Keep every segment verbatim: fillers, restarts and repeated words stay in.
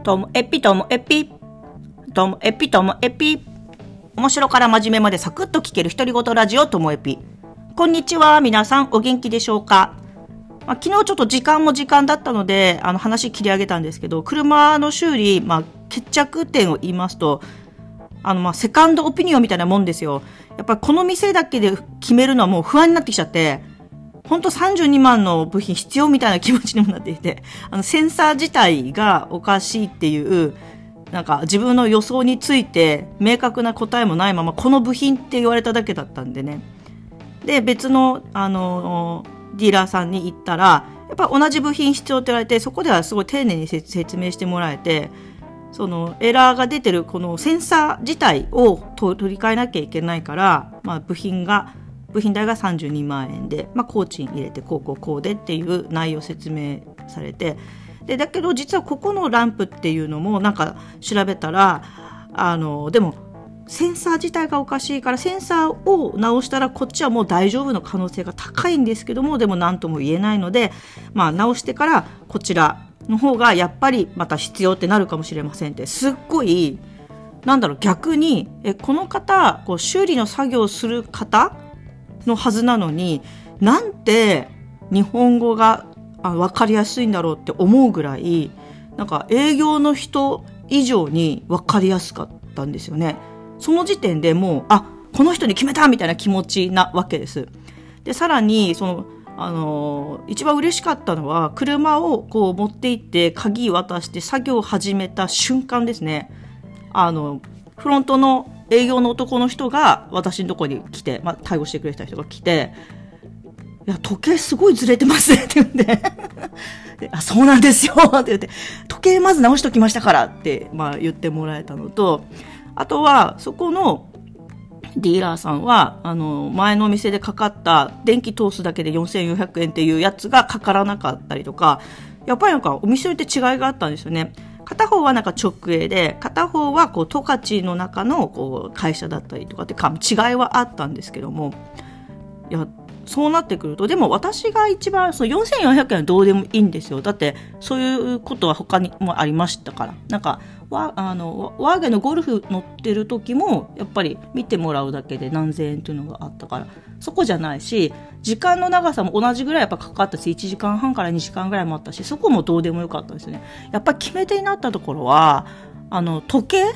ともエピともエピともエピともエピ面白から真面目までサクッと聞ける独り言ラジオともエピ。こんにちは、皆さんお元気でしょうか。まあ、昨日ちょっと時間も時間だったのであの話切り上げたんですけど、車の修理、まあ、決着点を言いますとあのまあセカンドオピニオンみたいなもんですよ。やっぱりこの店だけで決めるのはもう不安になってきちゃって、ほんとさんじゅうにまんの部品必要みたいな気持ちにもなっていて、あのセンサー自体がおかしいっていうなんか自分の予想について明確な答えもないままこの部品って言われただけだったんでね。で別のあのディーラーさんに行ったらやっぱ同じ部品必要って言われて、そこではすごい丁寧に説明してもらえて、そのエラーが出てるこのセンサー自体を取り替えなきゃいけないから、まあ、部品が部品代がさんじゅうにまんえんで、まあ、工賃入れてこうこうこうでっていう内容説明されて、でだけど実はここのランプっていうのもなんか調べたらあのでもセンサー自体がおかしいからセンサーを直したらこっちはもう大丈夫の可能性が高いんですけども、でも何とも言えないので、まあ、直してからこちらの方がやっぱりまた必要ってなるかもしれませんって、すっごいなんだろう、逆にえこの方こう修理の作業をする方のはずなのになんて日本語があ分かりやすいんだろうって思うぐらい、なんか営業の人以上に分かりやすかったんですよね。その時点でもうあこの人に決めたみたいな気持ちなわけです。でさらにそのあのー、一番嬉しかったのは車をこう持って行って鍵渡して作業を始めた瞬間ですね。あのフロントの営業の男の人が私のところに来て、まあ、対応してくれた人が来て、いや時計すごいずれてますねって言うんであそうなんですよって言って、時計まず直しときましたからって、まあ、言ってもらえたのと、あとはそこのディーラーさんはあの前のお店でかかった電気通すだけでよんせんよんひゃくえんっていうやつがかからなかったりとか、やっぱりなんかお店によって違いがあったんですよね。片方はなんか直営で片方はこう十勝の中のこう会社だったりとかってか違いはあったんですけども、いやそうなってくるとでも私が一番そうよんせんよんひゃくえんはどうでもいいんですよ。だってそういうことは他にもありましたから。なんかワあのワーゲンのゴルフ乗ってる時もやっぱり見てもらうだけで何千円っていうのがあったから、そこじゃないし時間の長さも同じぐらいやっぱかかったしいちじかんはんからにじかんぐらいもあったし、そこもどうでもよかったんですよね。やっぱり決め手になったところはあの時計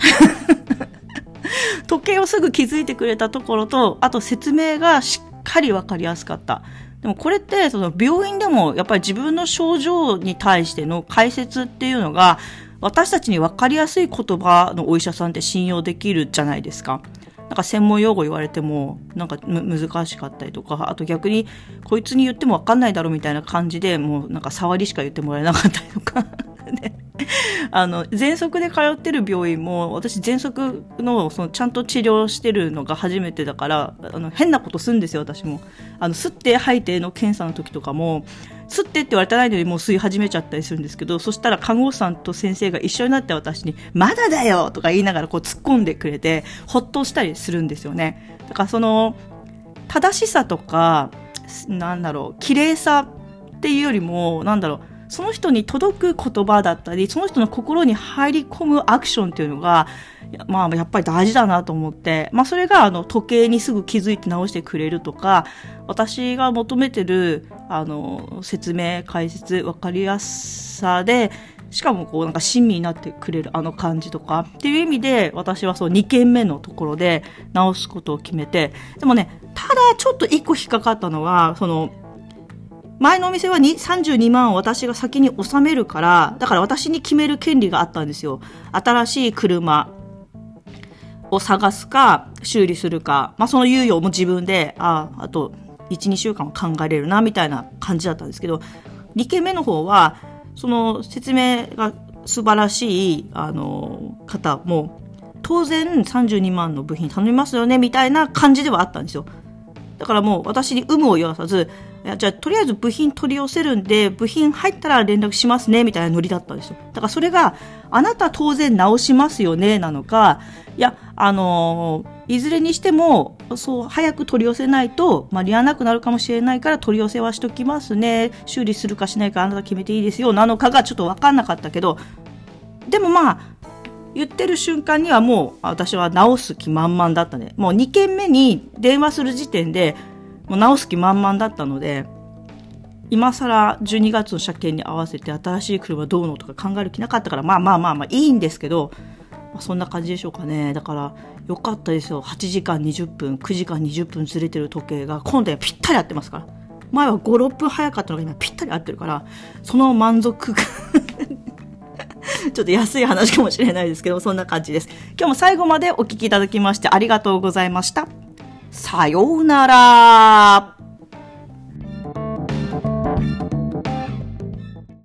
時計をすぐ気づいてくれたところと、あと説明がしっかり分かりやすかった。でもこれってその病院でもやっぱり自分の症状に対しての解説っていうのが私たちに分かりやすい言葉のお医者さんって信用できるじゃないですか。なんか専門用語言われてもなんかむ難しかったりとか、あと逆にこいつに言っても分かんないだろうみたいな感じでもうなんか触りしか言ってもらえなかったりとかであの喘息で通ってる病院も私喘息 の, そのちゃんと治療してるのが初めてだからあの変なことするんですよ。私もあの吸って吐いての検査の時とかも吸ってって言われてないのにもう吸い始めちゃったりするんですけど、そしたら看護師さんと先生が一緒になって私にまだだよとか言いながらこう突っ込んでくれてほっとしたりするんですよね。だからその正しさとかなんだろう綺麗さっていうよりもなんだろうその人に届く言葉だったりその人の心に入り込むアクションっていうのがまあ、やっぱり大事だなと思って、まあ、それがあの時計にすぐ気づいて直してくれるとか、私が求めてるあの説明解説分かりやすさでしかもこうなんか親身になってくれるあの感じとかっていう意味で私はそうにけんめのところで直すことを決めて、でもねただちょっといっこ引っかかったのはその前のお店はさんじゅうにまんを私が先に納めるからだから私に決める権利があったんですよ。新しい車を探すか修理するか、まあ、その猶予も自分で あ, あと いち,に 週間は考えれるなみたいな感じだったんですけど、にけんめの方はその説明が素晴らしいあの方も当然さんじゅうにまんの部品頼みますよねみたいな感じではあったんですよ。だからもう私に有無を言わさずいやじゃあとりあえず部品取り寄せるんで部品入ったら連絡しますねみたいなノリだったんですよ。だからそれがあなた当然直しますよねなのか、いやあのー、いずれにしてもそう早く取り寄せないと間に合わなくなるかもしれないから取り寄せはしときますね、修理するかしないかあなた決めていいですよなのかがちょっと分かんなかったけど、 でもまあ、言ってる瞬間にはもう私は直す気満々だったね。もうにけんめに電話する時点でもう直す気満々だったので、今更じゅうにがつの車検に合わせて新しい車どうのとか考える気なかったから、まあまあまあまあいいんですけど、まあ、そんな感じでしょうかね。だからよかったですよ。はちじかんにじゅっぷん、くじかんにじゅっぷんずれてる時計が今度はぴったり合ってますから。前はご、ろっぷん早かったのが今ぴったり合ってるから、その満足感ちょっと安い話かもしれないですけど、そんな感じです。今日も最後までお聞きいただきましてありがとうございました。さようなら。